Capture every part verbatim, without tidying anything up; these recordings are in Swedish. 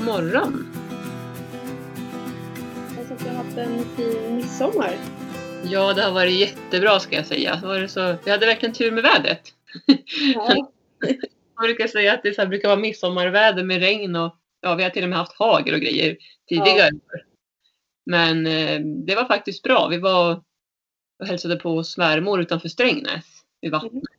morgon. Jag hoppas att du har haft en fin midsommar. Ja, det har varit jättebra ska jag säga. Det var det så... Vi hade verkligen tur med vädret. Ja. Man brukar säga att det så här brukar vara midsommarväder med regn och ja, vi har till och med haft hagel och grejer tidigare. Ja. Men eh, det var faktiskt bra. Vi var och hälsade på svärmor utanför Strängnäs vid vattnet. Mm.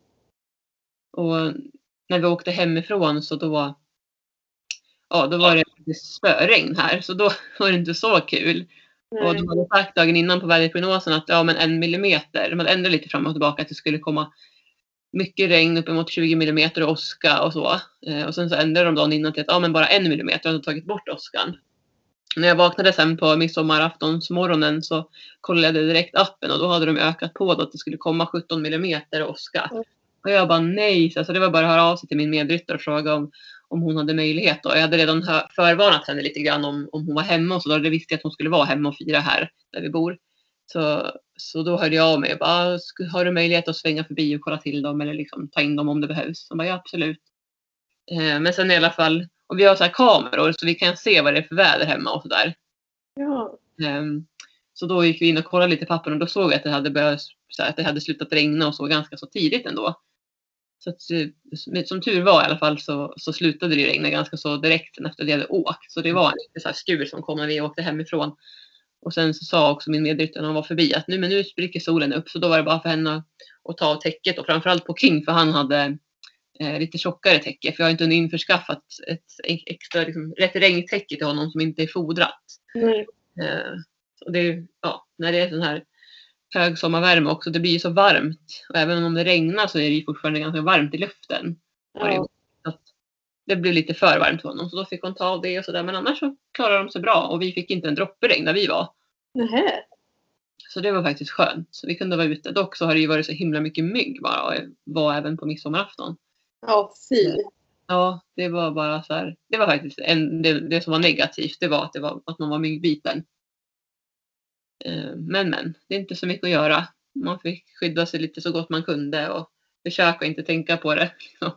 Och när vi åkte hemifrån så då, ja, då var det spöregn här. Så då var det inte så kul. Nej. Och de hade sagt dagen innan på väderprognosen att ja, men en millimeter. De hade ändrat lite fram och tillbaka att det skulle komma mycket regn uppemot tjugo millimeter och åska och så. Eh, och sen så ändrade de dagen innan till att ja, men bara en millimeter hade tagit bort åskan. När jag vaknade sen på midsommaraftonsmorgonen så kollade jag direkt appen och då hade de ökat på då att det skulle komma sjutton millimeter åska. Mm. Och jag bara nej, så alltså, det var bara att höra av sig till min medryttare och fråga om, om hon hade möjlighet. Och jag hade redan hör, förvarnat henne lite grann om, om hon var hemma och så då hade jag visst att hon skulle vara hemma och fira här där vi bor. Så, så då hörde jag av mig och bara, har du möjlighet att svänga förbi och kolla till dem eller liksom ta in dem om det behövs? Så bara, ja, absolut. Eh, men sen i alla fall, och vi har så här kameror så vi kan se vad det är för väder hemma och sådär. Ja. Eh, så då gick vi in och kollade lite pappen och då såg jag att det hade börjat, så här, att det hade slutat regna och så ganska så tidigt ändå. Så att, som tur var i alla fall så, så slutade det regna ganska så direkt efter att vi hade åkt. Så det var en så här skur som kom när vi åkte hemifrån. Och sen så sa också min medryttare när hon var förbi att nu, men nu spricker solen upp. Så då var det bara för henne att ta av täcket och framförallt på King för han hade eh, lite tjockare täcke. För jag har inte införskaffat ett extra liksom, rätt regntäcke till honom som inte är fodrat. Mm. Eh, och det, ja, när det är sån här hög sommarvärme också, det blir ju så varmt. Och även om det regnar så är det ju fortfarande ganska varmt i luften. Ja. Att det blev lite för varmt för honom så då fick hon ta av det och sådär. Men annars så klarade de sig bra och vi fick inte en droppe regn där vi var. Nähä. Så det var faktiskt skönt. Så vi kunde vara ute. Dock så har det ju varit så himla mycket mygg bara och var även på midsommarafton. Ja, fy. Ja, det var bara så här. Det var faktiskt en, det, det som var negativt. Det var att, det var att man var myggbiten. Men men, det är inte så mycket att göra. Man fick skydda sig lite så gott man kunde och försöka inte tänka på det.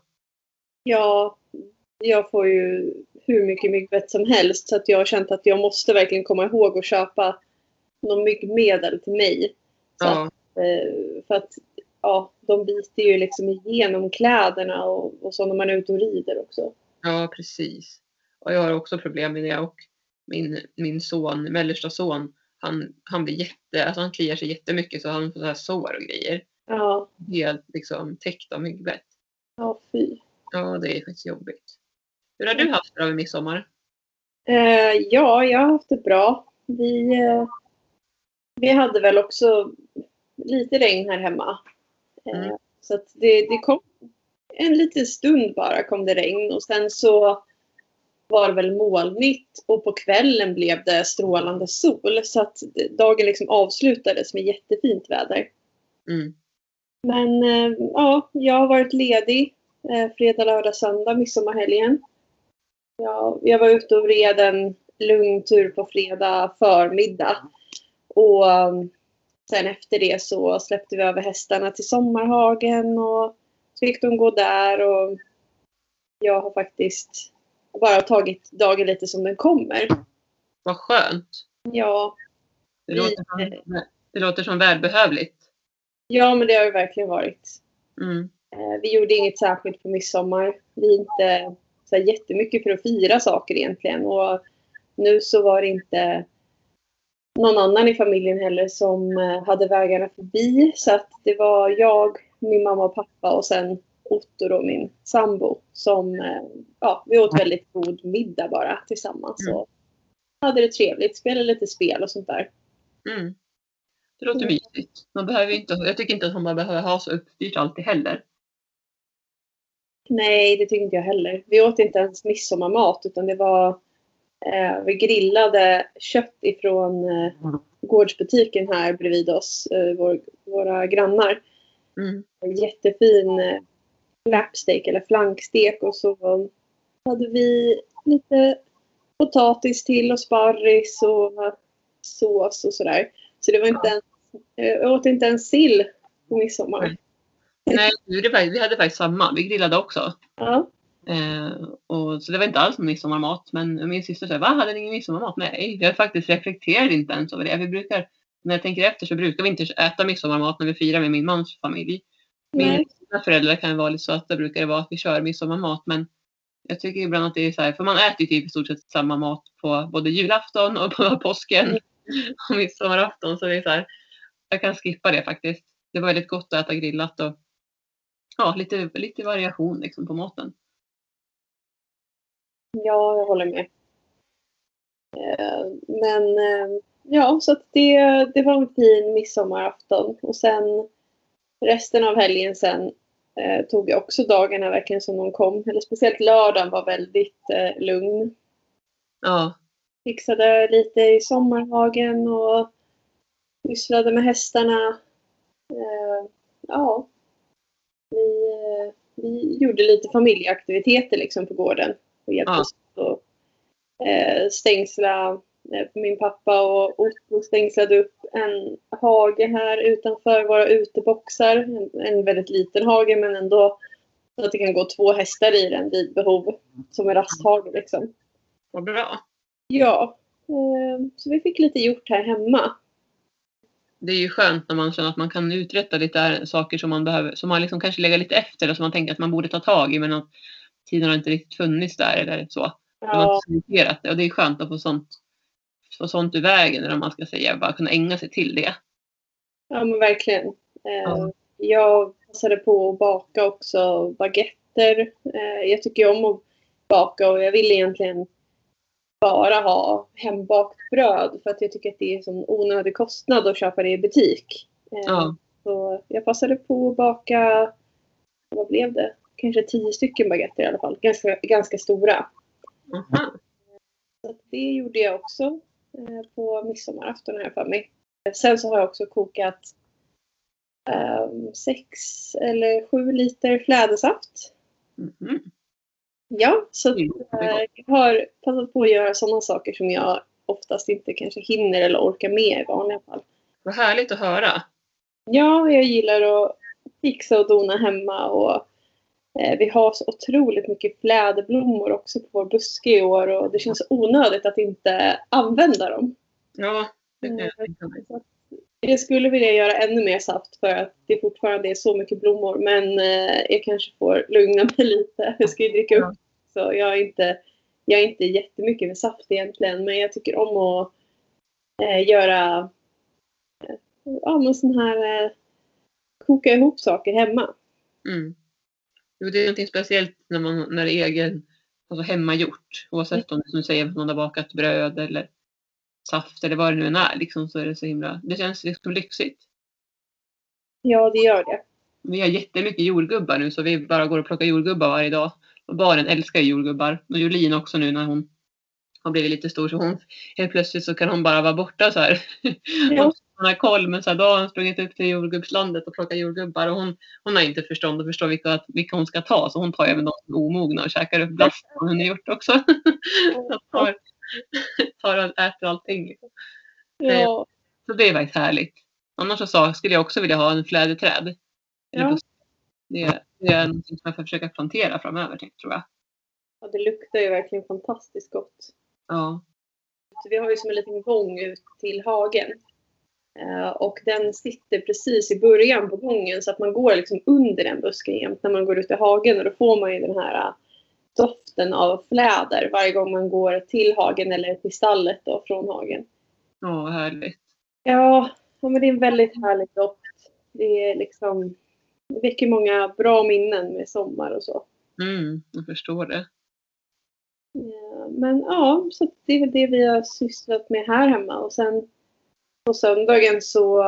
Ja, jag får ju hur mycket myggbett som helst så att jag har känt att jag måste verkligen komma ihåg att köpa någon myggmedel till mig. Så ja. att, för att ja, de biter ju liksom igenom kläderna och, och så när man är ute och rider också. Ja, precis. Och jag har också problem med det och min, min son, mellersta son, han, han blir jätte, alltså han kliar sig jättemycket så han får så här sår och grejer. Ja. Helt liksom täckt av myggbett. Ja, fy. Ja, det är faktiskt jobbigt. Hur har du haft det över midsommar? Eh, ja, jag har haft det bra. Vi, eh, vi hade väl också lite regn här hemma. Eh, mm. Så att det, det kom en liten stund bara kom det regn och sen så var det väl molnigt och på kvällen blev det strålande sol så att dagen liksom avslutades med jättefint väder. Mm. Men eh, ja, jag har varit ledig eh, fredag, lördag, söndag, midsommarhelgen. Ja, jag var ute och red en lugn tur på fredag förmiddag och um, sen efter det så släppte vi över hästarna till sommarhagen och så fick de gå där och jag har faktiskt bara tagit dagen lite som den kommer. Vad skönt. Ja. Det låter som, det låter som välbehövligt. Ja, men det har det verkligen varit. Mm. Vi gjorde inget särskilt på midsommar. Vi är inte så här jättemycket för att fira saker egentligen. Och nu så var det inte någon annan i familjen heller som hade vägarna förbi. Så att det var jag, min mamma och pappa och sen Otto då, min sambo. Som, ja, vi åt väldigt god middag bara tillsammans. Mm. Och hade det trevligt, spelade lite spel och sånt där. Mm. Det låter mm. mysigt. Man behöver inte, jag tycker inte att man behöver ha så uppstyrt alltid heller. Nej, det tycker inte jag heller. Vi åt inte ens midsommarmat utan det var eh, vi grillade kött ifrån eh, gårdsbutiken här bredvid oss, eh, vår, våra grannar. Mm. En jättefin eh, flapsteak eller flankstek och så hade vi lite potatis till och sparris och sås och sådär. Så det var inte ens, jag åt inte ens sill på midsommar. Mm. Nej, vi hade faktiskt samma. Vi grillade också. Ja. Eh, och så det var inte alls någon midsommarmat. Men min syster sa, vad hade ni ingen midsommarmat? Nej, jag faktiskt reflekterar inte ens över det. Vi brukar, när jag tänker efter så brukar vi inte äta midsommarmat när vi firar med min mans familj. Mina föräldrar kan vara lite så att det brukar det vara att vi kör midsommarmat. Men jag tycker ibland att det är så här, för man äter ju typ i stort sett samma mat på både julafton och på påsken och midsommarafton. Så det är så här, jag kan skippa det faktiskt. Det var väldigt gott att äta grillat och ja, lite, lite variation liksom på maten. Ja, jag håller med. Men ja, så att det, det var en fin midsommarafton. Och sen resten av helgen sen eh, tog jag också dagarna verkligen som de kom. Eller speciellt lördagen var väldigt eh, lugn. Ja. Fixade lite i sommarhagen och pysslade med hästarna. Eh, ja. Vi, eh, vi gjorde lite familjeaktiviteter liksom på gården. Och hjälpte oss att eh, stängsla. Min pappa och Otto stängslade upp en hage här utanför våra uteboxar. En, en väldigt liten hage men ändå så att det kan gå två hästar i den vid behov. Som en rasthage liksom. Vad bra. Ja, eh, så vi fick lite gjort här hemma. Det är ju skönt när man känner att man kan uträtta lite saker som man behöver. Som man liksom kanske lägger lite efter och som man tänker att man borde ta tag i. Men att tiden har inte riktigt funnits där eller så. Ja. Man har inte det, och det är skönt att få sånt. Få sånt ur vägen eller om man ska säga. Bara kunna ägna sig till det. Ja men verkligen. Eh, ja. Jag passade på att baka också baguetter. Eh, jag tycker om att baka och jag vill egentligen bara ha hembakt bröd. För att jag tycker att det är en sån onödig kostnad att köpa det i butik. Eh, ja. Så jag passade på att baka, vad blev det? Kanske tio stycken baguetter i alla fall. Ganska, ganska stora. Mm. Så det gjorde jag också på midsommarafton här för mig. Sen så har jag också kokat um, sex eller sju liter flädersaft. Mm. Ja, så mm. äh, jag har passat på att göra sådana saker som jag oftast inte kanske hinner eller orkar med i vanliga fall. Vad härligt att höra. Ja, jag gillar att fixa och dona hemma och eh, vi har så otroligt mycket fläderblommor också på vår buske i år och det känns onödigt att inte använda dem. Ja, det kan jag tänka mig. Jag skulle vilja göra ännu mer saft för att det fortfarande är så mycket blommor. Men eh, jag kanske får lugna mig lite. Jag ska ju dricka upp. Så jag är inte, jag är inte jättemycket med saft egentligen. Men jag tycker om att eh, göra eh, ja, men sån här eh, koka ihop saker hemma. Mm. Jo, det är någonting speciellt när, man, när det är egen, alltså hemmagjort. Oavsett mm. om du säger att man har bakat bröd eller saft eller vad det nu än är. Liksom, så är det så himla, det känns liksom lyxigt. Ja, det gör det. Vi har jättemycket jordgubbar nu så vi bara går och plockar jordgubbar varje dag. Och barnen älskar jordgubbar. Och Jolin också nu när hon har blivit lite stor. Så hon helt plötsligt så kan hon bara vara borta så här. Ja. Hon har koll, men så här, då har hon sprungit upp till jordgubbslandet och plockat jordgubbar. Och hon, hon har inte förstånd och förstår vilka, vilka hon ska ta. Så hon tar även de som är omogna och käkar upp blast som hon har gjort också. tar, tar och äter allting. Liksom. Ja. Så det är faktiskt härligt. Annars så skulle jag också vilja ha en fläderträd. Ja. Det, det är något som jag får försöka plantera framöver, tror jag. Ja, det luktar ju verkligen fantastiskt gott. Ja. Så vi har ju som en liten gång ut till hagen. Uh, och den sitter precis i början på gången så att man går liksom under den busken jämt när man går ut i hagen. Och då får man ju den här uh, doften av fläder varje gång man går till hagen eller till stallet då, från hagen. Ja, härligt. Ja, men det är en väldigt härlig doft. Det är liksom, det väcker många bra minnen med sommar och så. Mm, jag förstår det. Ja, men ja, så det är väl det vi har sysslat med här hemma. Och sen på söndagen så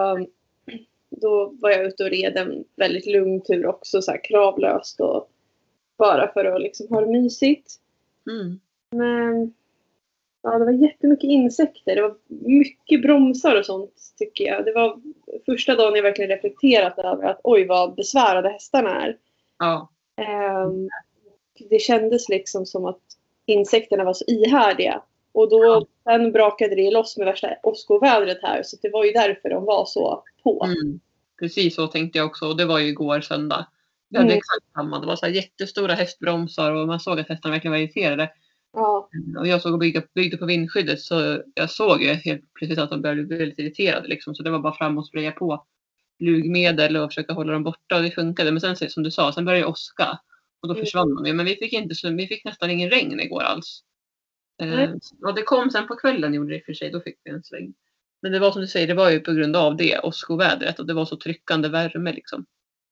då var jag ute och red en väldigt lugn tur också, så här kravlöst och bara för att liksom ha det mysigt. Mm. Men ja, det var jättemycket insekter. Det var mycket bromsar och sånt tycker jag. Det var första dagen jag verkligen reflekterat över att oj vad besvärade hästarna är. Ja. Um, det kändes liksom som att insekterna var så ihärdiga. Och då sen brakade det loss med värsta åskovädret här. Så det var ju därför de var så på. Mm. Precis så tänkte jag också. Och det var ju igår söndag. Vi hade Mm. exakt samma. Det var så här jättestora hästbromsar och man såg att hästarna verkligen var irriterade. Ja. Och jag såg och byggde, byggde på vindskyddet så jag såg ju helt precis att de började bli väldigt irriterade liksom. Så det var bara fram och spraya på lugmedel och försöka hålla dem borta och det funkade. Men sen som du sa, sen började det åska och då Mm. försvann de ju. Men vi fick, inte så, vi fick nästan ingen regn igår alls. Nej. Eh, och det kom sen på kvällen gjorde det i och för sig, då fick vi en sväng. Men det var som du säger, det var ju på grund av det, åskovädret och det var så tryckande värme liksom.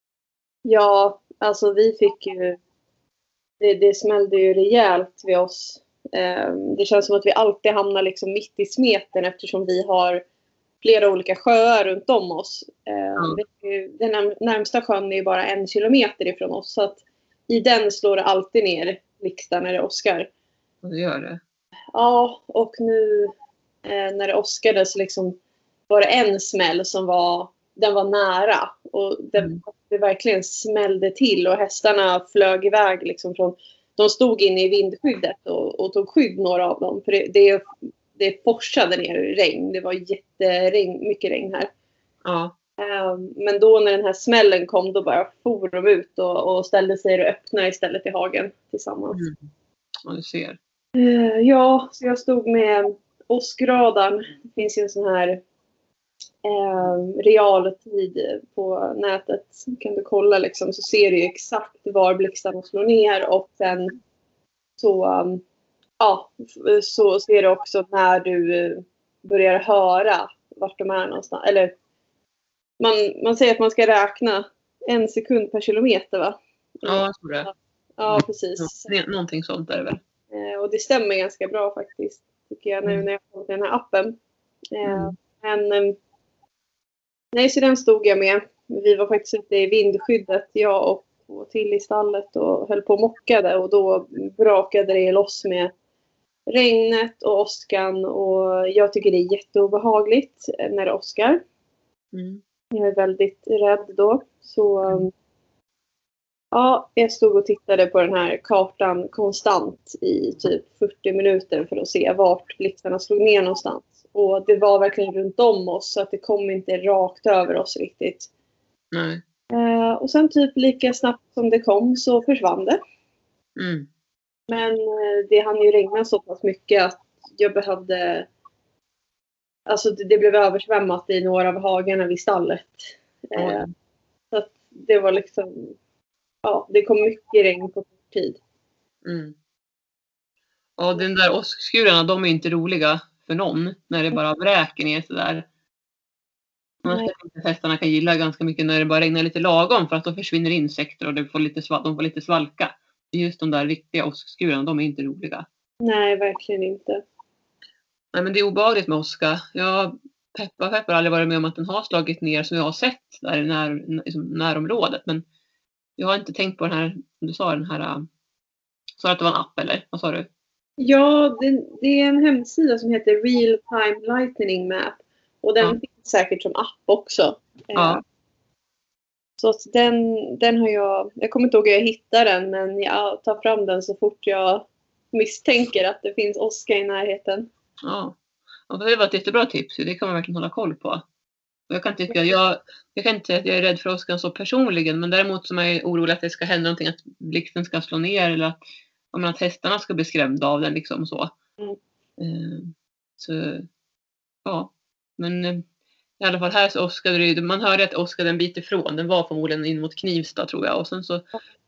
Ja, alltså vi fick ju, det, det smällde ju rejält vid oss. Eh, det känns som att vi alltid hamnar liksom mitt i smeten eftersom vi har flera olika sjöar runt om oss. Eh, Mm. vi, den när, närmsta sjön är ju bara en kilometer ifrån oss så att i den slår det alltid ner blixtar när det åskar. Och det gör det. Ja, och nu eh, när det åskade så liksom var det en smäll som var, den var nära. Och det, Mm. det verkligen smällde till och hästarna flög iväg liksom från, de stod inne i vindskyddet och, och tog skydd några av dem. För det, det, det forsade ner regn, det var jätteregn, mycket regn här. Ja. Eh, men då när den här smällen kom då bara for de ut och, och ställde sig och öppnade istället i hagen tillsammans. Mm. Och du ser. Uh, ja, så jag stod med åskradaren. Det finns ju en sån här uh, realtid på nätet. Kan du kolla liksom så ser du exakt var blixtarna slår ner och sen så, um, ja, så ser du också när du uh, börjar höra vart de är någonstans. Eller man, man säger att man ska räkna en sekund per kilometer va? Ja, jag tror det. Ja, precis. Nå- någonting sånt är det väl. Och det stämmer ganska bra faktiskt. Tycker jag nu när jag har den här appen. Mm. Men nej, så den stod jag med. Vi var faktiskt ute i vindskyddet. Jag och två till i stallet och höll på och mockade. Och då brakade det loss med regnet och åskan. Och jag tycker det är jätteobehagligt när det åskar. Mm. Jag är väldigt rädd då. Så ja, jag stod och tittade på den här kartan konstant i typ fyrtio minuter för att se vart blixtarna slog ner någonstans. Och det var verkligen runt om oss så att det kom inte rakt över oss riktigt. Nej. Eh, och sen typ lika snabbt som det kom så försvann det. Mm. Men eh, det hann ju regna så pass mycket att jag behövde... Alltså det, det blev översvämmat i några av hagarna vid stallet. Eh, så att det var liksom... Ja, det kom mycket regn på kort tid. Mm. Och den där åskskurarna, de är inte roliga för någon när det bara vräker ner sådär. Man ska tänka att hästarna kan gilla ganska mycket när det bara regnar lite lagom för att då försvinner insekter och det får lite sval- de får lite svalka. Just de där riktiga åskskurarna, de är inte roliga. Nej, verkligen inte. Nej, men det är obehagligt med åska. Jag peppar peppar aldrig varit med om att den har slagit ner som jag har sett där i när, liksom närområdet. Men jag har inte tänkt på den här, som du sa, den här, sa du att det var en app eller? Vad sa du? Ja, det, det är en hemsida som heter Real Time Lightning Map. Och den Ja. finns säkert som app också. Ja. Eh, så att den, den har jag, jag kommer inte ihåg hur jag hittar den, men jag tar fram den så fort jag misstänker att det finns åska i närheten. Ja. Och det var ett jättebra tips. Det kan man verkligen hålla koll på. Och jag kan tycka, jag, jag kan inte säga att jag är rädd för åskan så personligen, men däremot som jag är orolig att det ska hända någonting, att blixten ska slå ner eller att, om att hästarna ska bli skrämda av den liksom så. Mm. Eh, så ja, men eh, i alla fall här så åskade det ju, man hörde att åskade en bit ifrån, den var förmodligen in mot Knivsta tror jag, och sen så eh,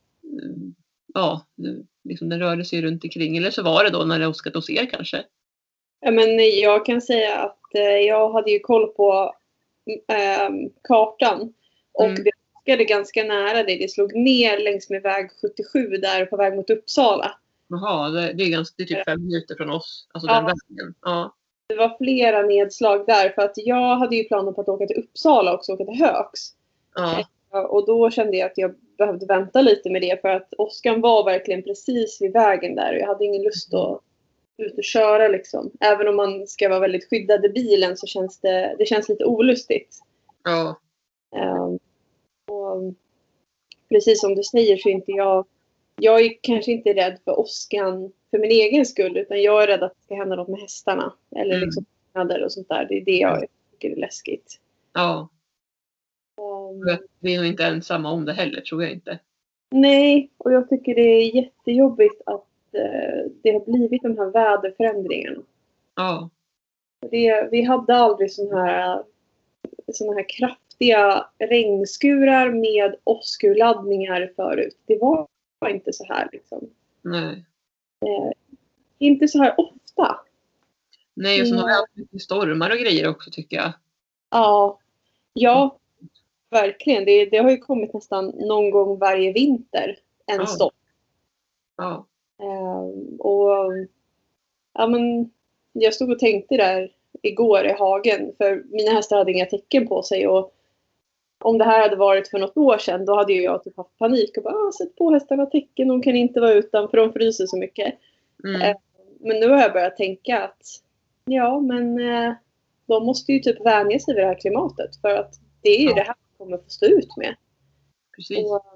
ja, det, liksom den rörde sig runt omkring, eller så var det då när det åskade hos er kanske. Ja, men jag kan säga att eh, jag hade ju koll på eh, kartan och Mm. det åskade ganska nära det. Det slog ner längs med väg sjuttiosju där på väg mot Uppsala. Jaha, det, det är ganska, det är typ fem minuter från oss, alltså Ja. den vägen. Ja. Det var flera nedslag där för att jag hade ju planer på att åka till Uppsala och åka till Högs. Ja. Och då kände jag att jag behövde vänta lite med det för att åskan var verkligen precis vid vägen där och jag hade ingen lust att ut och köra liksom. Även om man ska vara väldigt skyddad i bilen så känns det, det känns lite olustigt. Ja. Um, och precis som du säger så är inte jag, jag är kanske inte rädd för åskan för min egen skull utan jag är rädd att det ska hända något med hästarna. Eller Mm. liksom och sånt där. Det är det jag tycker är läskigt. Ja. Um, Vi är nog inte ensamma om det heller, tror jag inte. Nej, och jag tycker det är jättejobbigt att eh, det har blivit de här väderförändringarna. Ja. Det, vi hade aldrig såna här, såna här kraftiga regnskurar med åskurladdningar förut. Det var inte så här liksom. Nej. Eh, inte så här ofta. Nej, och så har Mm. vi haft mycket stormar och grejer också tycker jag. Ja, ja verkligen. Det, det har ju kommit nästan någon gång varje vinter en Ja. storm. Ja. Eh, och ja, men jag stod och tänkte där igår i hagen, för mina hästar hade inga tecken på sig, och om det här hade varit för något år sedan, då hade ju jag typ haft panik och bara, ah, sätt på hästarna tecken, de kan inte vara utan för de fryser så mycket. Mm. Eh, men nu har jag börjat tänka att ja, men eh, de måste ju typ vänja sig vid det här klimatet, för att det är ju Ja. det här de kommer få stå ut med. Precis. Och,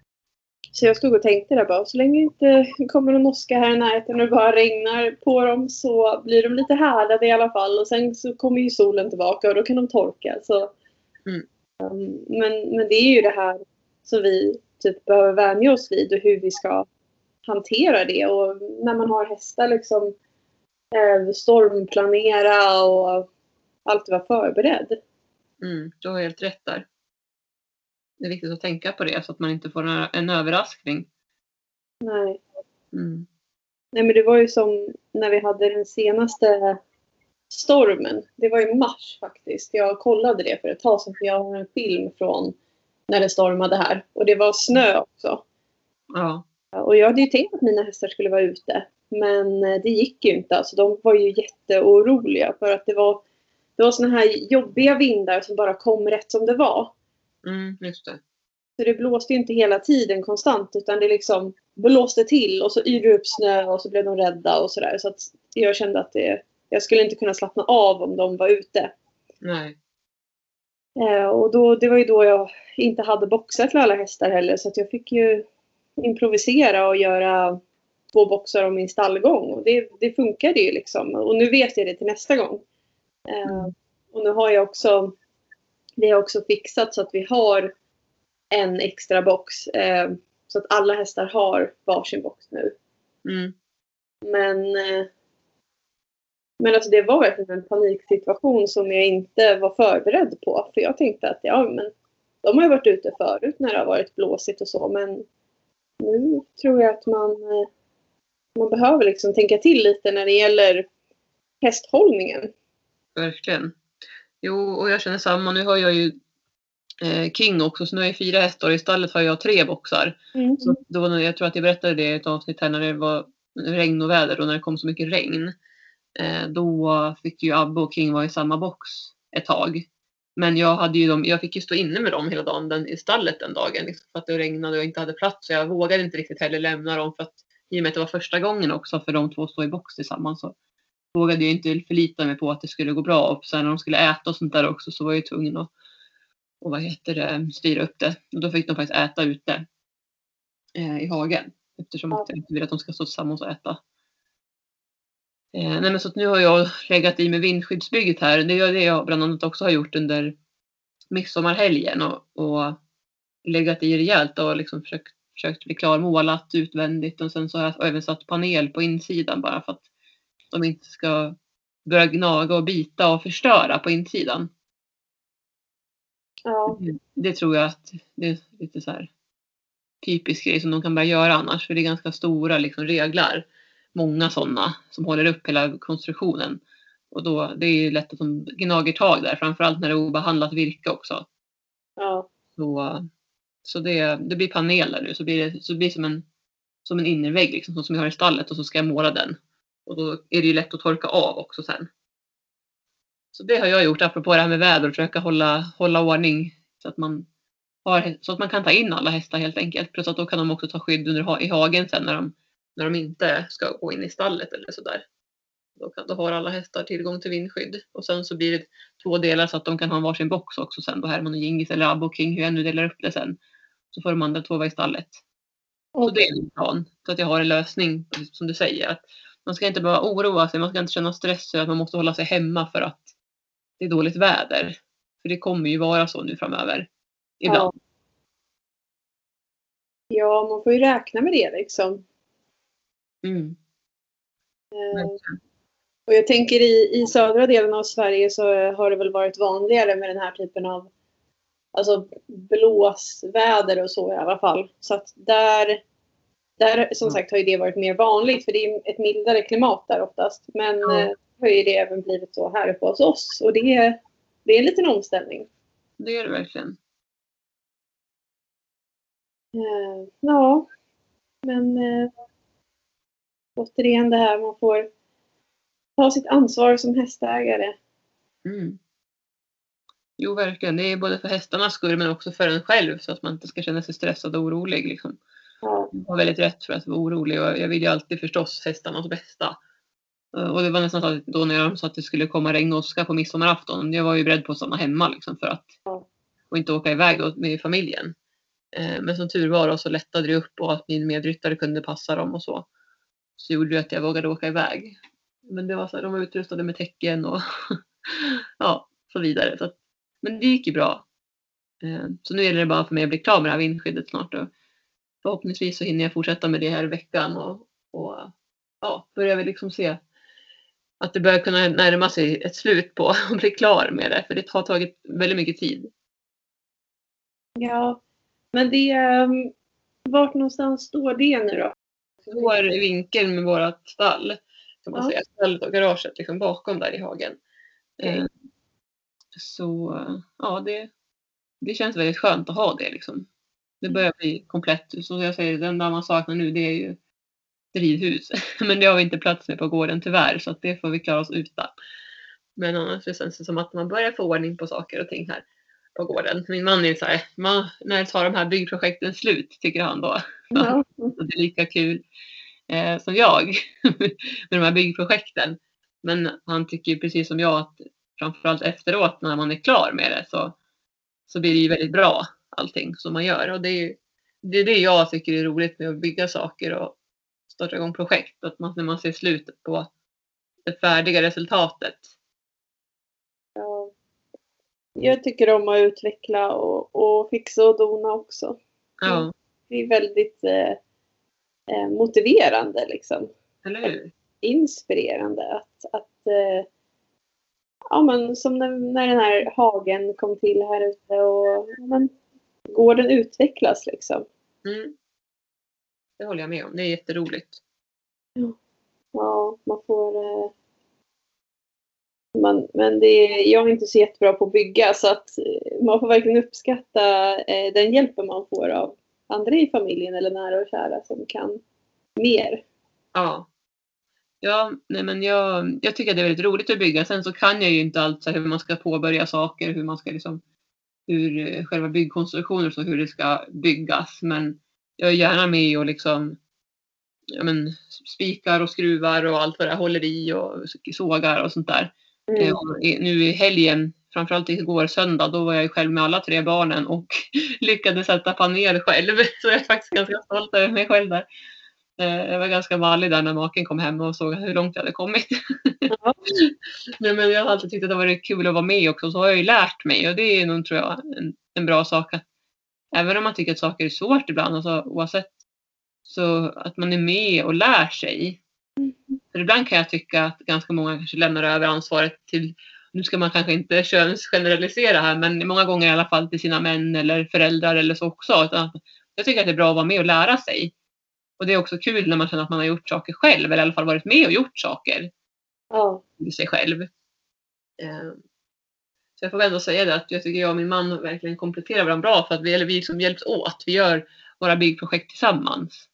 så jag stod och tänkte där bara, så länge det inte kommer någon åska här i närheten och det bara regnar på dem, så blir de lite härdade i alla fall. Och sen så kommer ju solen tillbaka och då kan de torka. Så, Mm. um, men, men det är ju det här som vi typ behöver vänja oss vid, och hur vi ska hantera det. Och när man har hästar liksom eh, stormplanera och alltid vara förberedd. Mm. Du har helt rätt där. Det är viktigt att tänka på det så att man inte får en, en överraskning. Nej. Mm. Nej, men det var ju som när vi hade den senaste stormen. Det var i mars faktiskt. Jag kollade det för ett tag sedan, för jag har en film från när det stormade här. Och det var snö också. Ja. Och jag hade ju tänkt att mina hästar skulle vara ute. Men det gick ju inte. Alltså, de var ju jätteoroliga för att det var, det var såna här jobbiga vindar som bara kom rätt som det var. Mm, just det. Så det blåste ju inte hela tiden konstant, utan det liksom blåste till och så yrde upp snö och så blev de rädda och sådär. Så att jag kände att det, jag skulle inte kunna slappna av om de var ute. Nej. Eh, och då, det var ju då jag inte hade boxar till alla hästar heller, så att jag fick ju improvisera och göra två boxar om min stallgång. Och det, det funkade ju liksom. Och nu vet jag det till nästa gång. Eh, Mm. och nu har jag också, det har också fixat så att vi har en extra box. Eh, så att alla hästar har varsin box nu. Mm. Men, eh, men alltså det var verkligen en paniksituation som jag inte var förberedd på. För jag tänkte att ja, men de har ju varit ute förut när det har varit blåsigt och så. Men nu tror jag att man, eh, man behöver liksom tänka till lite när det gäller hästhållningen. Verkligen. Jo, och jag känner samma. Nu har jag ju eh, King också, så nu har jag fyra hästar. I stallet har jag tre boxar. Mm. Så då, jag tror att jag berättade det i ett avsnitt här när det var regn och väder och när det kom så mycket regn. Eh, då fick ju Abbe och King vara i samma box ett tag. Men jag, hade ju dem, jag fick ju stå inne med dem hela dagen den, i stallet den dagen. Liksom, för att det regnade och jag inte hade plats. Så jag vågade inte riktigt heller lämna dem. För att, i och med att det var första gången också för de två att stå i box tillsammans. Så vågade jag inte förlita mig på att det skulle gå bra. Och sen när de skulle äta och sånt där också, så var jag tvungen att och vad heter det, styra upp det. Och då fick de faktiskt äta ute eh, i hagen. Eftersom Ja. jag inte vill att de ska stå tillsammans och äta. Eh, nej men så att nu har jag legat i med vindskyddsbygget här. Det är det jag bland annat också har gjort under midsommarhelgen. Och, och legat i rejält och liksom försökt, försökt bli klar målat utvändigt. Och sen så har jag även satt panel på insidan bara för att de inte ska börja gnaga och bita och förstöra på insidan. Ja. Det tror jag att det är lite så här typisk grej som de kan börja göra annars. För det är ganska stora liksom reglar. Många sådana som håller upp hela konstruktionen. Och då, det är ju lätt att de gnager tag där. Framförallt när det är obehandlat virke också. Ja. Så, så det, det blir paneler nu. Så blir det, så blir det som en, som en innervägg liksom, som vi har i stallet. Och så ska jag måla den. Och då är det ju lätt att torka av också sen. Så det har jag gjort apropå det här med väder. Och försöka hålla, hålla ordning. Så att man har, så att man kan ta in alla hästar helt enkelt. Plus att då kan de också ta skydd under, i hagen sen när de, när de inte ska gå in i stallet eller sådär. Då, kan, då har alla hästar tillgång till vindskydd. Och sen så blir det två delar så att de kan ha varsin box också sen. Då Herman och Gingis eller Abbe och King, hur jag nu delar upp det sen. Så får de andra två vara i stallet. Okay. Så det är en plan. Så att jag har en lösning som du säger. Att man ska inte behöva oroa sig. Man ska inte känna stress över att man måste hålla sig hemma för att det är dåligt väder. För det kommer ju vara så nu framöver. Ibland. Ja. Ja, man får ju räkna med det liksom. Mm. Eh, och jag tänker i, i södra delen av Sverige så har det väl varit vanligare med den här typen av alltså blåsväder och så i alla fall. Så att där, där som sagt har ju det varit mer vanligt för det är ett mildare klimat där oftast. Men Ja. eh, har ju det även blivit så här uppe hos oss. Och det är, det är en liten omställning. Det är det verkligen. Eh, ja, men eh, återigen det här man får ta sitt ansvar som hästägare. Mm. Jo, verkligen. Det är både för hästarnas skull men också för en själv så att man inte ska känna sig stressad och orolig. Liksom. Ja. Jag var väldigt rätt för att vara orolig och jag vill ju alltid förstås hästarnas bästa. Och det var nästan så att då när de sa att det skulle komma regn och åska på midsommarafton. Jag var ju beredd på att stanna hemma liksom, för att Ja. och inte åka iväg med familjen. Men som tur var så lättade det upp och att min medryttare kunde passa dem och så. Så gjorde det att jag vågade åka iväg. Men det var så här, de var utrustade med tecken och ja, så vidare. Så att, men det gick ju bra. Så nu gäller det bara för mig att bli klar med det här vindskyddet snart. Och förhoppningsvis så hinner jag fortsätta med det här i veckan. Och, och ja, börjar vi liksom se att det börjar kunna närma sig ett slut på att bli klar med det. För det har tagit väldigt mycket tid. Ja, men det... Um, vart någonstans står det nu då? Står i vinkeln med vårat stall. Kan man Ja. säga. Stallet och garaget liksom bakom där i hagen. Okay. Eh, så ja, det, det känns väldigt skönt att ha det liksom. Det börjar bli komplett. Så jag säger, den där man saknar nu det är ju ridhus. Men det har vi inte plats med på gården tyvärr. Så att det får vi klara oss utan. Men annars känns det som att man börjar få ordning på saker och ting här på gården. Min man är så här, man, när tar de här byggprojekten slut tycker han då. Ja. Så det är lika kul eh, som jag med de här byggprojekten. Men han tycker ju precis som jag att framförallt efteråt när man är klar med det så, så blir det ju väldigt bra allting som man gör. Och det är ju det, är det jag tycker är roligt med att bygga saker och starta igång projekt. Att man, när man ser slutet på det färdiga resultatet. Ja. Jag tycker om att utveckla och, och fixa och dona också. Ja. Det är väldigt eh, motiverande liksom. Eller hur? Inspirerande att, att eh, ja men som när, när den här hagen kom till här ute och men, gården utvecklas liksom. Mm. Det håller jag med om. Det är jätteroligt. Ja, man får eh, man, men det är, jag är inte så jättebra på att bygga så att man får verkligen uppskatta eh, den hjälpen man får av andra i familjen eller nära och kära som kan mer. Ja. Ja, nej men jag, jag tycker att det är väldigt roligt att bygga. Sen så kan jag ju inte allt så hur man ska påbörja saker, hur man ska liksom, hur själva byggkonstruktioner så hur det ska byggas. Men jag är gärna med och liksom, ja men spikar och skruvar och allt vad det håller i och sågar och sånt där. Mm. Och nu i helgen, framförallt igår söndag, då var jag ju själv med alla tre barnen och lyckades sätta panel själv. Så jag är faktiskt ganska stolt över mig själv där. Jag var ganska vanlig där när maken kom hem och såg hur långt jag hade kommit. Ja. Men jag har alltid tyckt att det var kul att vara med också. Så har jag ju lärt mig. Och det är nog, tror jag, en, en bra sak. Att, även om man tycker att saker är svårt ibland. Alltså, oavsett. Så att man är med och lär sig. För ibland kan jag tycka att ganska många kanske lämnar över ansvaret till. Nu ska man kanske inte könsgeneralisera här. Men många gånger i alla fall till sina män eller föräldrar eller så också. Utan jag tycker att det är bra att vara med och lära sig. Och det är också kul när man känner att man har gjort saker själv. Eller i alla fall varit med och gjort saker. Ja. I sig själv. Så jag får väl ändå säga det. Att jag tycker jag och min man verkligen kompletterar varandra bra. För att vi, eller vi liksom hjälps åt. Vi gör våra byggprojekt tillsammans.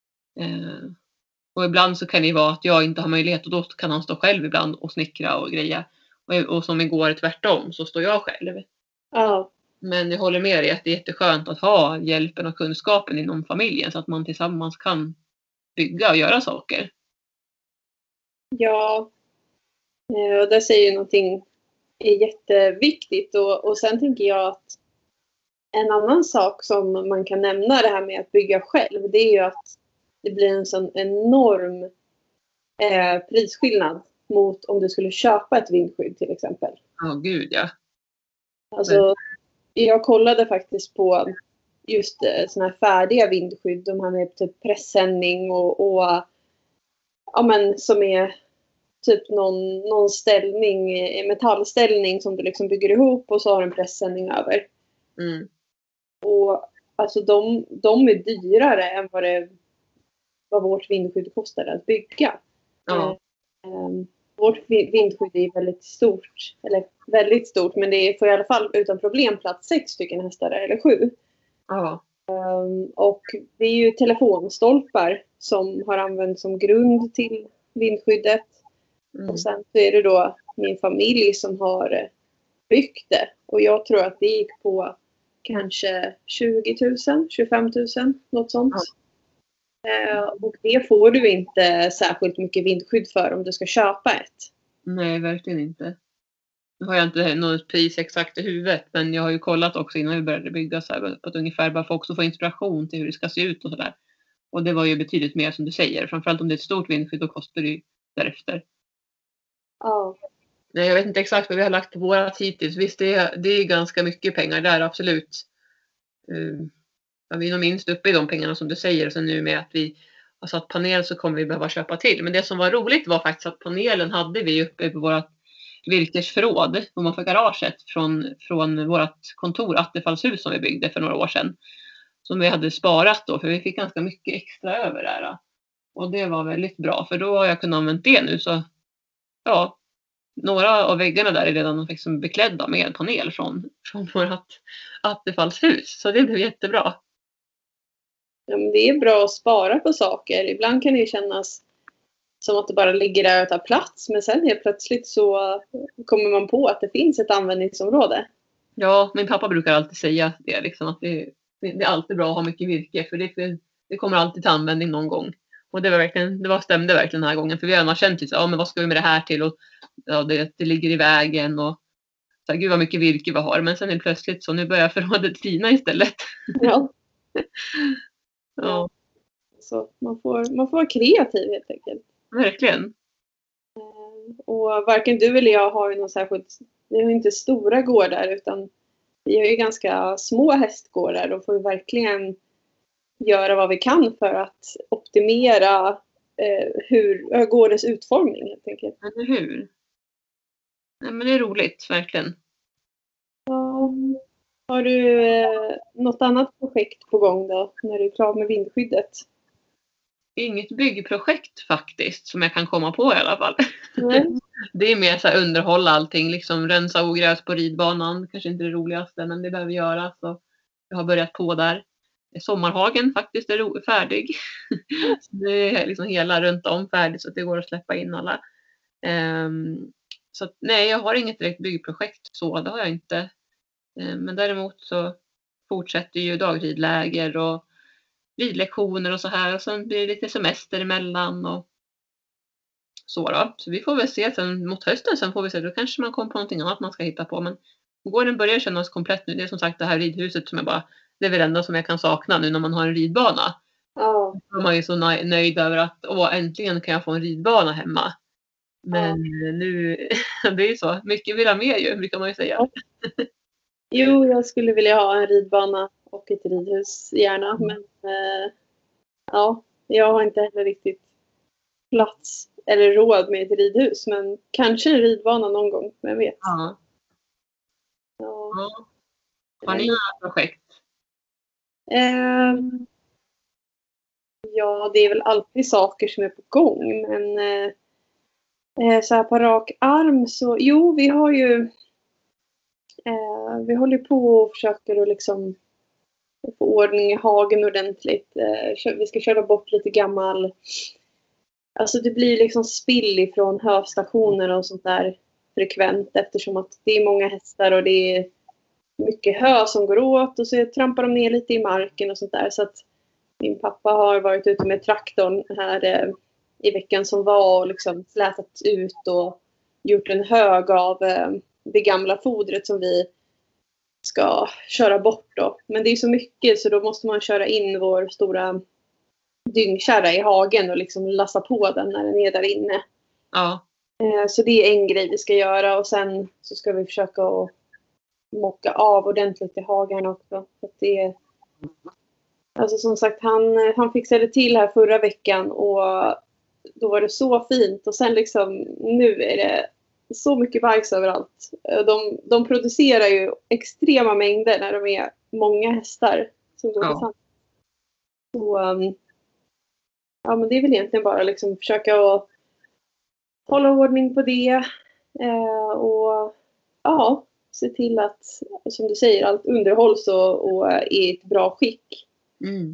Och ibland så kan det vara att jag inte har möjlighet. Och då kan han stå själv ibland och snickra och greja. Och, och som igår tvärtom så står jag själv. Ja. Men jag håller med dig att det är jätteskönt att ha hjälpen och kunskapen inom familjen. Så att man tillsammans kan bygga och göra saker. Ja. Och där säger ju någonting är jätteviktigt. Och, och sen tänker jag att en annan sak som man kan nämna det här med att bygga själv. Det är ju att det blir en sån enorm eh, prisskillnad mot om du skulle köpa ett vindskydd till exempel. Ja, oh, gud ja. Alltså, jag kollade faktiskt på, just såna här färdiga vindskydd. De här med typ pressändning och, och ja men som är typ någon, någon ställning, metallställning som du liksom bygger ihop och så har en pressändning över. Mm. Och alltså de, de är dyrare än vad, det, vad vårt vindskydd kostade att bygga. Ja. Um, vårt vindskydd är väldigt stort, eller väldigt stort, men det får i alla fall utan problem plats sex stycken hästar eller sju. Ja. Um, och det är ju telefonstolpar som har använts som grund till vindskyddet. Mm. Och sen så är det då min familj som har byggt det. Och jag tror att det gick på kanske tjugo tusen, tjugofem tusen, något sånt. Ja. Uh, och det får du inte särskilt mycket vindskydd för om du ska köpa ett. Nej, verkligen inte. Nu har jag inte något pris exakt i huvudet, men jag har ju kollat också innan vi började bygga så här på ett ungefär, bara för att också få inspiration till hur det ska se ut och sådär. Och det var ju betydligt mer som du säger. Framförallt om det är ett stort vindskydd, då kostar det ju därefter. Ja. Nej, jag vet inte exakt vad vi har lagt på våra hittills. Visst, det är, det är ganska mycket pengar där, absolut. Uh, ja, vi är nog minst uppe i de pengarna som du säger. Och sen nu med att vi har satt panel så kommer vi behöva köpa till. Men det som var roligt var faktiskt att panelen hade vi uppe på vårt virkesförråd ovanför garaget från, från vårt kontor, Attefallshus, som vi byggde för några år sedan. Som vi hade sparat då, för vi fick ganska mycket extra över där. Och det var väldigt bra, för då har jag kunnat använda det nu. Så ja, några av väggarna där är redan liksom beklädda med panel från, från vårt Attefallshus. Så det blev jättebra. Ja, men det är bra att spara på saker. Ibland kan det ju kännas som att det bara ligger där och tar plats. Men sen helt plötsligt så kommer man på att det finns ett användningsområde. Ja, min pappa brukar alltid säga det. Liksom, att det, det är alltid bra att ha mycket virke. För det, det kommer alltid till användning någon gång. Och det var verkligen, det var, stämde verkligen den här gången. För vi har känt lite, ja men vad ska vi med det här till? Och ja, det, det ligger i vägen. Och så här, gud vad mycket virke vi har. Men sen är det plötsligt så nu börjar förrådet fina istället. Ja. Ja. Så man får, man får vara kreativ helt enkelt. Verkligen. Och varken du eller jag har ju någon särskilt, vi har inte stora gårdar utan vi har ju ganska små hästgårdar och får ju verkligen göra vad vi kan för att optimera eh, hur, gårdens utformning helt enkelt. Eller hur? Nej, men det är roligt, verkligen. Ja. Har du eh, något annat projekt på gång då när du är klar med vindskyddet? Inget byggprojekt faktiskt som jag kan komma på i alla fall. Mm. Det är mer så här underhålla allting, liksom rensa ogräs på ridbanan. Kanske inte det roligaste, men det behöver göras. Så jag har börjat på där. Sommarhagen faktiskt är färdig. Det är liksom hela runt om färdigt så att det går att släppa in alla. Um, så att, nej, jag har inget direkt byggprojekt så, det har jag inte. Um, men däremot så fortsätter ju dagridläger och ridlektioner och så här. Och sen blir det lite semester emellan och så då. Så vi får väl se sen mot hösten, sen får vi se. Då kanske man kommer på någonting annat man ska hitta på. Men gården börjar kännas komplett nu. Det är som sagt det här ridhuset som jag bara, det är väl enda som jag kan sakna nu när man har en ridbana. Ja. Då är man ju så nöjd över att åh, äntligen kan jag få en ridbana hemma. Men ja. Nu, det är ju så. Mycket vill ha mer ju, brukar man ju säga. Ja. Jo, jag skulle vilja ha en ridbana och ett ridhus gärna. Men eh, ja, jag har inte heller riktigt plats eller råd med ett ridhus. Men kanske en ridbana någon gång, vem vet. Ja. Ja. Ja. Har ni några projekt? Eh, ja, det är väl alltid saker som är på gång. Men eh, så här på rak arm så, jo, vi har ju eh, vi håller på och försöker att liksom få ordning i hagen ordentligt. Eh, vi ska köra bort lite gammal, alltså det blir liksom spill ifrån hövstationer och sånt där frekvent eftersom att det är många hästar och det är mycket hö som går åt och så trampar de ner lite i marken och sånt där. Så att min pappa har varit ute med traktorn här eh, i veckan som var och liksom slätat ut och gjort en hög av eh, det gamla fodret som vi ska köra bort då. Men det är så mycket så då måste man köra in vår stora dyngkärra i hagen och liksom lassa på den när den är där inne. Ja. Eh, så det är en grej vi ska göra och sen så ska vi försöka att mocka av ordentligt i hagen också. Så att det, Alltså som sagt, han, han fixade till här förra veckan och då var det så fint. Och sen liksom, nu är det så mycket bajs överallt. De, de producerar ju extrema mängder när de är många hästar som går Ja. tillsammans. Så, um, ja, men det är väl egentligen bara liksom försöka att hålla ordning på det. Eh, och ja, se till att, som du säger, allt underhålls och, och är i ett bra skick. Mm.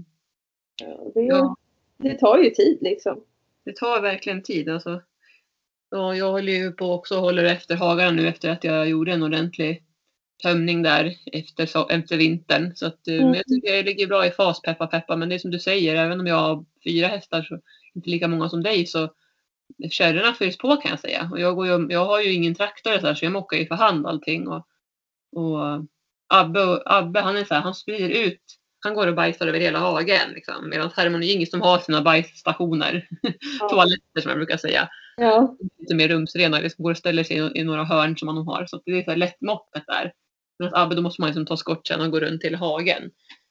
Det, Ja. det tar ju tid liksom. Det tar verkligen tid. Alltså. Ja, jag håller ju på också och håller efter hagarna nu efter att jag gjorde en ordentlig tömning där efter, så, efter vintern. Så att, mm. men jag tycker jag ligger bra i fas, peppa peppa. Men det är som du säger, även om jag har fyra hästar så inte lika många som dig, så kärrorna fylls på kan jag säga. Och jag, går ju, jag har ju ingen traktor så, här, så jag mockar ju för hand allting. Och, och Abbe, Abbe han är så här, han sprider ut. Han går och bajsar över hela hagen. Liksom, medan Herman och Inge som har sina bajsstationer. Ja. Toaletter som jag brukar säga. Ja. Lite mer rumsrena. Det går och ställer sig i, i några hörn som man har. Så det är så här lätt moppet där. Medan Abbe då måste man liksom ta skotsen och gå runt till hagen.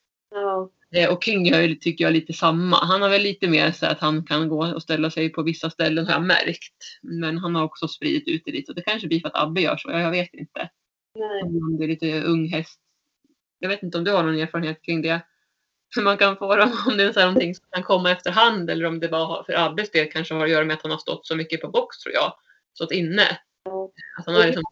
Ja. Och King gör, tycker jag lite samma. Han har väl lite mer så att han kan gå och ställa sig på vissa ställen har jag märkt. Men han har också spridit ut det lite. Och det kanske blir för att Abbe gör så. Jag vet inte. Nej. Om det är lite ung häst. Jag vet inte om du har någon erfarenhet kring det. Hur man kan få dem. Om det är så här någonting som kan komma efterhand. Eller om det var för Abbes del kanske har att göra med att han har stått så mycket på box tror jag. Stått inne. Ja. Att han har liksom...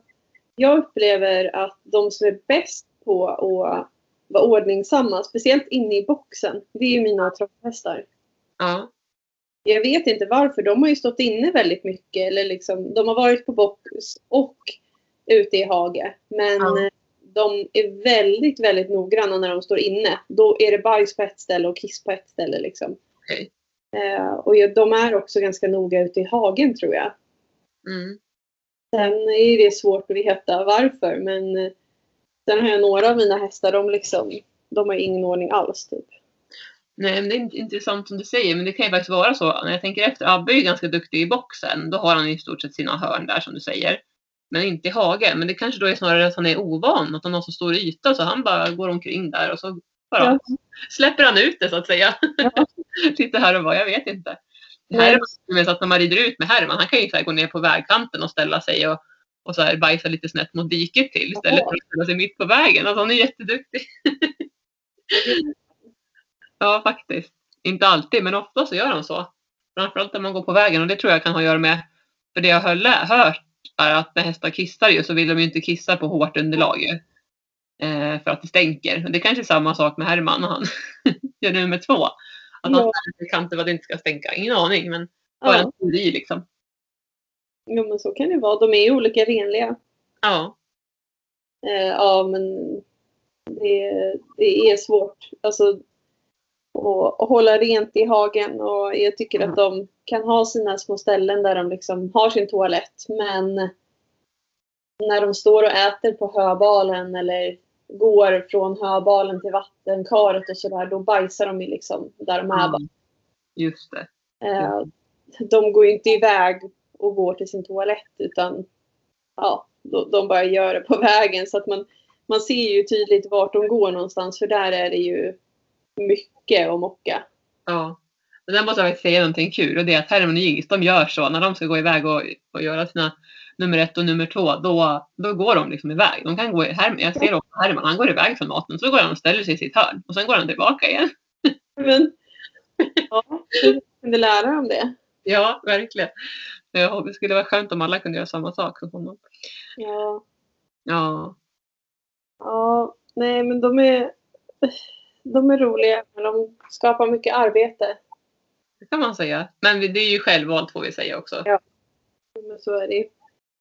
Jag upplever att de som är bäst på att vara ordningsamma. Speciellt inne i boxen. Det är ju mina travhästar. Ja. Jag vet inte varför. De har ju stått inne väldigt mycket. Eller liksom, de har varit på box och ute i hage. Men ja. De är väldigt, väldigt noggranna när de står inne. Då är det bajs på ett ställe och kiss på ett ställe. Liksom. Okay. Eh, och de är också ganska noga ute i hagen tror jag. Mm. Sen är det svårt att veta varför. Men sen har jag några av mina hästar. De, liksom, de har ingen ordning alls typ. Nej, men det är intressant som du säger. Men det kan ju faktiskt vara så. När jag tänker efter, Abbe är ju ganska duktig i boxen. Då har han i stort sett sina hörn där som du säger. Men inte i hagen. Men det kanske då är snarare att han är ovan. Att han har så stor yta så han bara går omkring där. Och så bara ja. Släpper han ut det så att säga. Ja. Lite här och var, jag vet inte. Här är det att när man rider ut med Herman. Han kan ju så här gå ner på vägkanten och ställa sig. Och, och så här bajsa lite snett mot diket till. Istället ja. För att ställa sig mitt på vägen. Alltså han är jätteduktig. Ja, faktiskt. Inte alltid, men ofta så gör han så. Framförallt när man går på vägen. Och det tror jag kan ha att göra med. För det jag har hört. Är att när hästar kissar ju så vill de ju inte kissa på hårt underlag eh, för att det stänker. Det är kanske är samma sak med Herman och han gör nummer två. Att ja. Han kan inte vad det inte ska stänka. Ingen aning men bara ja. En teori liksom. Jo men så kan det vara. De är ju olika renliga. Ja. Eh, ja men det, det är svårt. Alltså att hålla rent i hagen och jag tycker mm. att de kan ha sina små ställen där de liksom har sin toalett men när de står och äter på höbalen eller går från höbalen till vattenkaret och sådär då bajsar de ju liksom där de är. Mm. Just det. Eh, de går ju inte iväg och går till sin toalett utan ja, de bara gör det på vägen så att man, man ser ju tydligt vart de går någonstans för där är det ju mycket att mocka. Ja, men där måste jag säga någonting kul och det är att Herman och Gingis, de gör så när de ska gå iväg och, och göra sina nummer ett och nummer två, då, då går de liksom iväg. De kan gå, Herman, jag ser också Herman, han går iväg från maten så går han och ställer sig i sitt hörn och sen går han tillbaka igen. Men, ja, du kunde lära dem det. Ja, verkligen. Det skulle vara skönt om alla kunde göra samma sak som honom. Ja. Ja. Ja, nej men de är de är roliga men de skapar mycket arbete. Det kan man säga. Men det är ju självvalt får vi säga också. Ja, men så är det.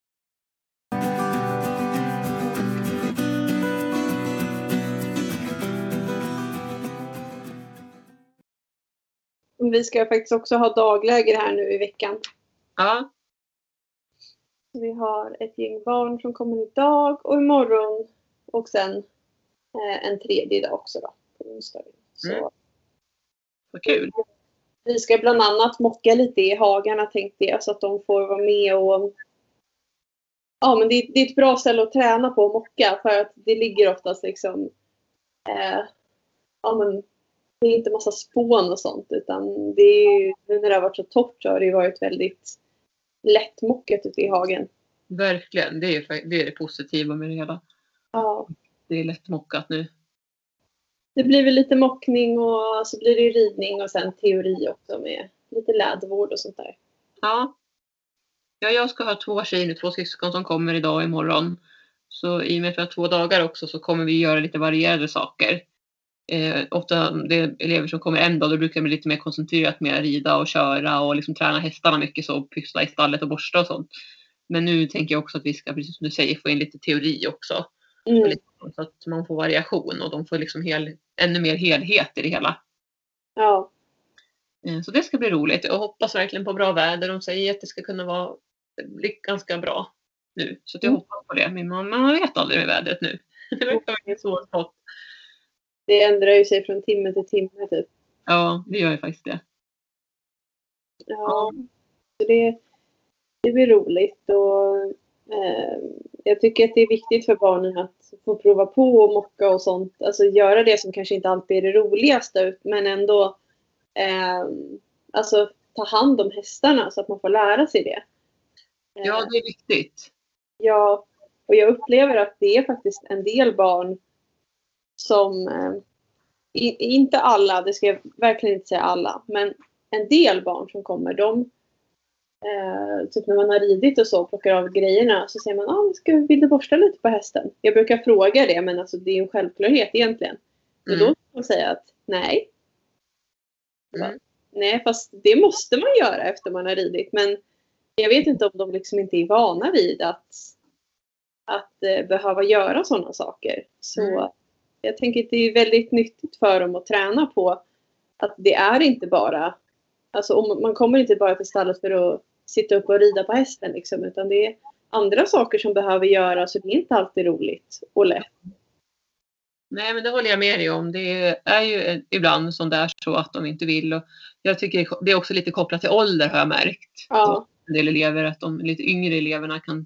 Vi ska faktiskt också ha dagläger här nu i veckan. Ja. Vi har ett gäng barn som kommer idag och imorgon och sen eh, en tredje dag också då. På onsdagen. Så. Mm. Vad kul. Vi ska bland annat mocka lite i hagarna tänkte jag så att de får vara med och ja men det, det är ett bra ställe att träna på att mocka för att det ligger oftast liksom eh, ja men det är inte massa spån och sånt, utan det är ju, nu när det har varit så torrt så har det ju varit väldigt lättmockat ute i hagen. Verkligen, det är, det är det positiva med det hela. Ja. Det är lättmockat nu. Det blir väl lite mockning och så blir det ridning och sen teori också med lite lädervård och sånt där. Ja. Ja, jag ska ha två tjejer nu, två syskon som kommer idag och imorgon. Så i och med att vi har två dagar också så kommer vi göra lite varierade saker. Eh, ofta det är elever som kommer en dag, då brukar det bli lite mer koncentrerat med att rida och köra och liksom träna hästarna mycket, så pyssla i stallet och borsta och sånt. Men nu tänker jag också att vi ska, precis som du säger, få in lite teori också. Mm. Så att man får variation och de får liksom hel, ännu mer helhet i det hela. Ja. Så det ska bli roligt. Jag hoppas verkligen på bra väder. De säger att det ska kunna vara ganska bra nu. Så att jag mm. hoppas på det. Men man, man vet aldrig med vädret nu. Det verkar vara svårt fått. Det ändrar ju sig från timme till timme typ. Ja, det gör ju faktiskt det. Ja, så det, det blir roligt. Och eh, jag tycker att det är viktigt för barnen att få prova på och mocka och sånt. Alltså göra det som kanske inte alltid är det roligaste, men ändå Eh, alltså ta hand om hästarna så att man får lära sig det. Eh, ja, det är viktigt. Ja, och jag upplever att det är faktiskt en del barn som, eh, i, inte alla, det ska jag verkligen inte säga alla, men en del barn som kommer, de eh, typ när man har ridit och så, plockar av grejerna, så säger man, ah, ska, vill du borsta lite på hästen? Jag brukar fråga det, men alltså det är en självklarhet egentligen. Så mm. då kan man säga att nej. Mm. Nej, fast det måste man göra efter man har ridit. Men jag vet inte om de liksom inte är vana vid att, att eh, behöva göra sådana saker. Så mm. jag tänker att det är väldigt nyttigt för dem att träna på att det är inte bara, alltså om, man kommer inte bara till stallet för att sitta upp och rida på hästen liksom, utan det är andra saker som behöver göras, så det är inte alltid roligt och lätt. Nej, men det håller jag med dig om. Det är ju ibland som det är så att de inte vill. Och jag tycker det är också lite kopplat till ålder, har jag märkt. Ja. En del elever, att de lite yngre eleverna kan,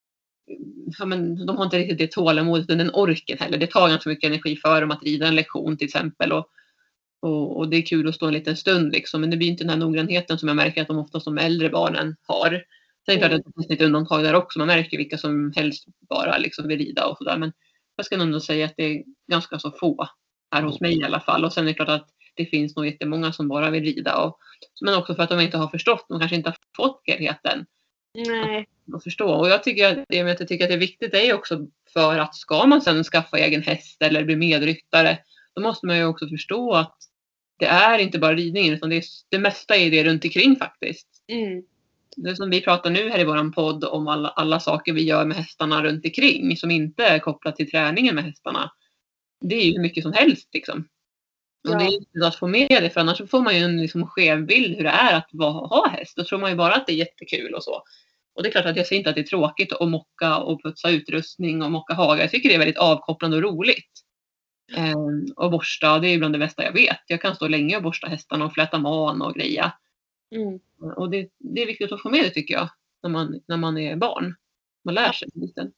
ja, men de har inte riktigt det tålamodet och den orken heller. Det tar ganska mycket energi för dem att rida en lektion till exempel. Och, och, och det är kul att stå en liten stund liksom. Men det blir inte den här noggrannheten som jag märker att de oftast de äldre barnen har. Sen är det att det finns lite undantag där också. Man märker vilka som helst bara liksom vill rida och sådär. Men jag ska nog säga att det är ganska så få här hos mig i alla fall. Och sen är det klart att det finns nog jättemånga som bara vill rida. Och, men också för att de inte har förstått. De kanske inte har fått helheten. Nej. Att förstå. Och jag tycker, att, jag tycker att det är viktigt är också för att ska man sen skaffa egen häst eller bli medryttare. Då måste man ju också förstå att det är inte bara ridningen, utan det, är, det mesta är det runt omkring faktiskt. Mm. Det som vi pratar nu här i våran podd om alla, alla saker vi gör med hästarna runt omkring som inte är kopplat till träningen med hästarna. Det är ju hur mycket som helst liksom. Och ja. Det är viktigt att få med det, för annars får man ju en liksom skev bild hur det är att vara, ha häst. Då tror man ju bara att det är jättekul och så. Och det är klart att jag säger inte att det är tråkigt att mocka och putsa utrustning och mocka hagar. Jag tycker det är väldigt avkopplande och roligt. Ehm, och borsta, det är bland det bästa jag vet. Jag kan stå länge och borsta hästarna och fläta man och greja. Mm. Och det, det är viktigt att få med det tycker jag. När man, när man är barn. Man lär sig lite.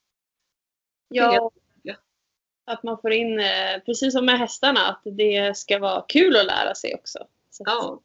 Ja, att man får in, precis som med hästarna, att det ska vara kul att lära sig också. Så ja.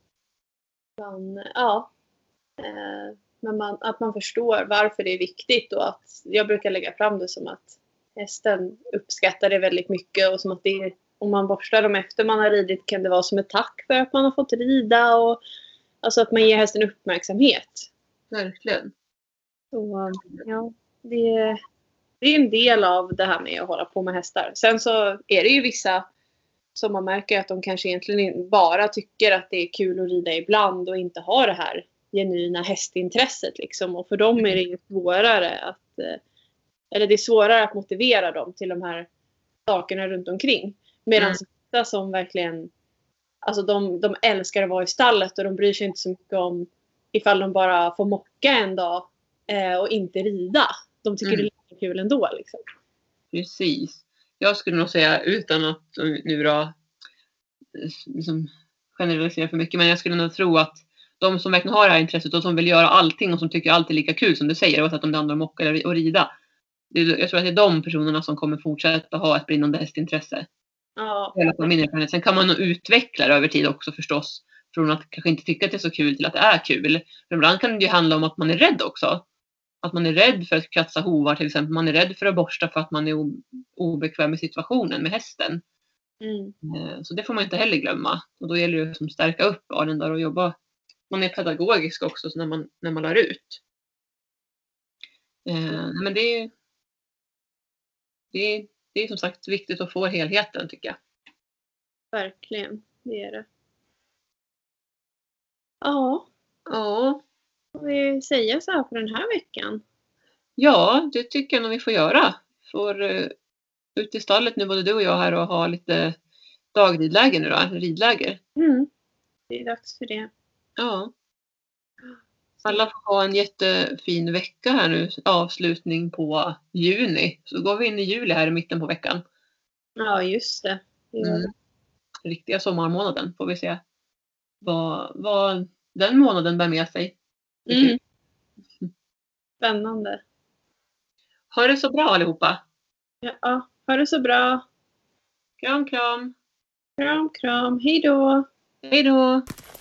Man, ja. Eh, men man, att man förstår varför det är viktigt, och att jag brukar lägga fram det som att hästen uppskattar det väldigt mycket, och som att det är, om man borstar dem efter man har ridit kan det vara som ett tack för att man har fått rida, och alltså att man ger hästen uppmärksamhet. Verkligen. Så, ja, det, det är en del av det här med att hålla på med hästar. Sen så är det ju vissa som man märker att de kanske egentligen bara tycker att det är kul att rida ibland och inte har det här genuina hästintresset liksom. Och för dem är det ju svårare att, eller det är svårare att motivera dem till de här sakerna runt omkring. Medan vissa som verkligen, alltså de, de älskar att vara i stallet och de bryr sig inte så mycket om ifall de bara får mocka en dag eh, och inte rida. De tycker mm. det är lite kul ändå liksom. Precis. Jag skulle nog säga, utan att nu då liksom generalisera för mycket, men jag skulle nog tro att de som verkligen har det här intresset och som vill göra allting och som tycker allt är lika kul som du säger, oavsett om det handlar om mocka eller att rida. Det är, jag tror att det är de personerna som kommer fortsätta ha ett brinnande hästintresse. Ja. I alla fall min erfarenhet. Sen kan man nog utveckla det över tid också förstås. Från att kanske inte tycka att det är så kul till att det är kul. För ibland kan det ju handla om att man är rädd också. Att man är rädd för att kratsa hovar till exempel. Man är rädd för att borsta för att man är obekväm med situationen med hästen. Mm. Så det får man inte heller glömma. Och då gäller det att stärka upp barnen där och jobba. Man är pedagogisk också så när man, när man lär ut. Eh, men det är, det, är, det är som sagt viktigt att få helheten tycker jag. Verkligen, det är det. Ja. Ja. Får vi säga så här för den här veckan? Ja, det tycker jag nog vi får göra. Får uh, ut i stallet nu både du och jag här och ha lite dagridläger nu då, ridläger. Mm. Det är dags för det. Ja. Alla får ha en jättefin vecka här nu, avslutning på juni. Så går vi in i juli här i mitten på veckan. Ja, just det. det mm. Riktiga sommarmånaden får vi se vad, vad den månaden bär med sig. Mm. Spännande. Ha det så bra allihopa. Ja, ha det så bra. Kram, kram. Kram, kram. Hej då. Hej då.